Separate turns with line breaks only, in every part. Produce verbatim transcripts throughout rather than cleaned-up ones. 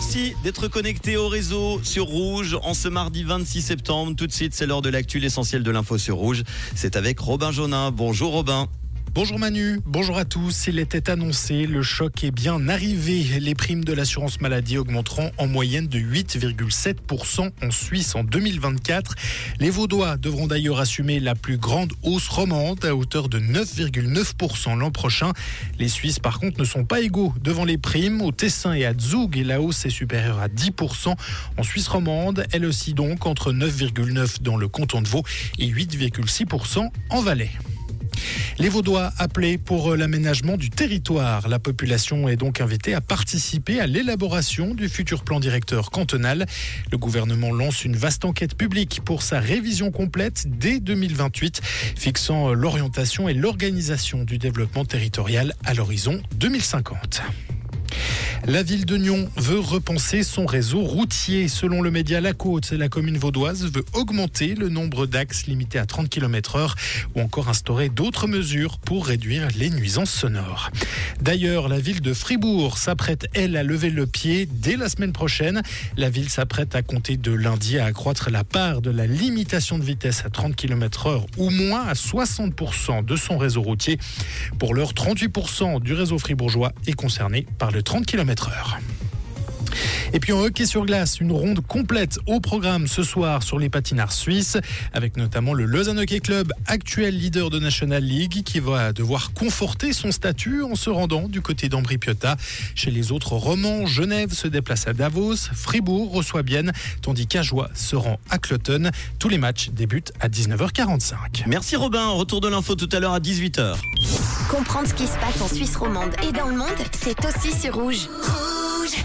Merci d'être connecté au réseau sur Rouge en ce mardi vingt-six septembre. Tout de suite, c'est l'heure de l'actu, l'essentiel de l'info sur Rouge. C'est avec Robin Jonin. Bonjour Robin.
Bonjour Manu, bonjour à tous. Il était annoncé, le choc est bien arrivé. Les primes de l'assurance maladie augmenteront en moyenne de huit virgule sept pour cent en Suisse en deux mille vingt-quatre. Les Vaudois devront d'ailleurs assumer la plus grande hausse romande à hauteur de neuf virgule neuf pour cent l'an prochain. Les Suisses par contre ne sont pas égaux devant les primes. Au Tessin et à Zug, la hausse est supérieure à dix pour cent. En Suisse romande, elle aussi donc entre neuf virgule neuf pour cent dans le canton de Vaud et huit virgule six pour cent en Valais. Les Vaudois appelés pour l'aménagement du territoire. La population est donc invitée à participer à l'élaboration du futur plan directeur cantonal. Le gouvernement lance une vaste enquête publique pour sa révision complète dès deux mille vingt-huit, fixant l'orientation et l'organisation du développement territorial à l'horizon deux mille cinquante. La ville de Nyon veut repenser son réseau routier. Selon le média La Côte, la commune vaudoise veut augmenter le nombre d'axes limités à trente kilomètres heure ou encore instaurer d'autres mesures pour réduire les nuisances sonores. D'ailleurs, la ville de Fribourg s'apprête, elle, à lever le pied dès la semaine prochaine. La ville s'apprête à compter de lundi à accroître la part de la limitation de vitesse à trente kilomètres heure ou moins à soixante pour cent de son réseau routier. Pour l'heure, trente-huit pour cent du réseau fribourgeois est concerné par le trente kilomètres heure. Et puis en hockey sur glace, une ronde complète au programme ce soir sur les patinards suisses, avec notamment le Lausanne Hockey Club, actuel leader de National League, qui va devoir conforter son statut en se rendant du côté d'Ambri-Piotta. Chez les autres romans, Genève se déplace à Davos, Fribourg reçoit Bienne, tandis qu'Ajoie se rend à Cloton. Tous les matchs débutent à dix-neuf heures quarante-cinq.
Merci Robin, retour de l'info tout à l'heure à dix-huit heures.
Comprendre ce qui se passe en Suisse romande et dans le monde, c'est aussi sur Rouge. Rouge.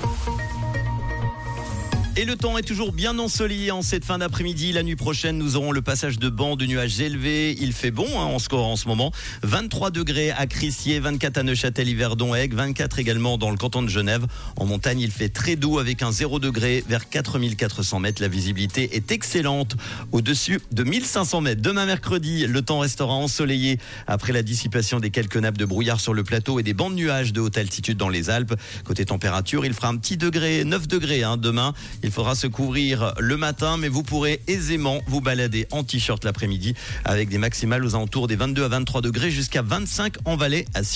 Et le temps est toujours bien ensoleillé en cette fin d'après-midi. La nuit prochaine, nous aurons le passage de bancs de nuages élevés. Il fait bon hein, en score en ce moment. vingt-trois degrés à Crissier, vingt-quatre à Neuchâtel, Yverdon, Aigle, vingt-quatre également dans le canton de Genève. En montagne, il fait très doux avec un zéro degré vers quatre mille quatre cents mètres. La visibilité est excellente au-dessus de mille cinq cents mètres. Demain mercredi, le temps restera ensoleillé après la dissipation des quelques nappes de brouillard sur le plateau et des bancs de nuages de haute altitude dans les Alpes. Côté température, il fera un petit degré, neuf degrés hein, demain. Il faudra se couvrir le matin, mais vous pourrez aisément vous balader en t-shirt l'après-midi avec des maximales aux alentours des vingt-deux à vingt-trois degrés jusqu'à vingt-cinq en Valais. À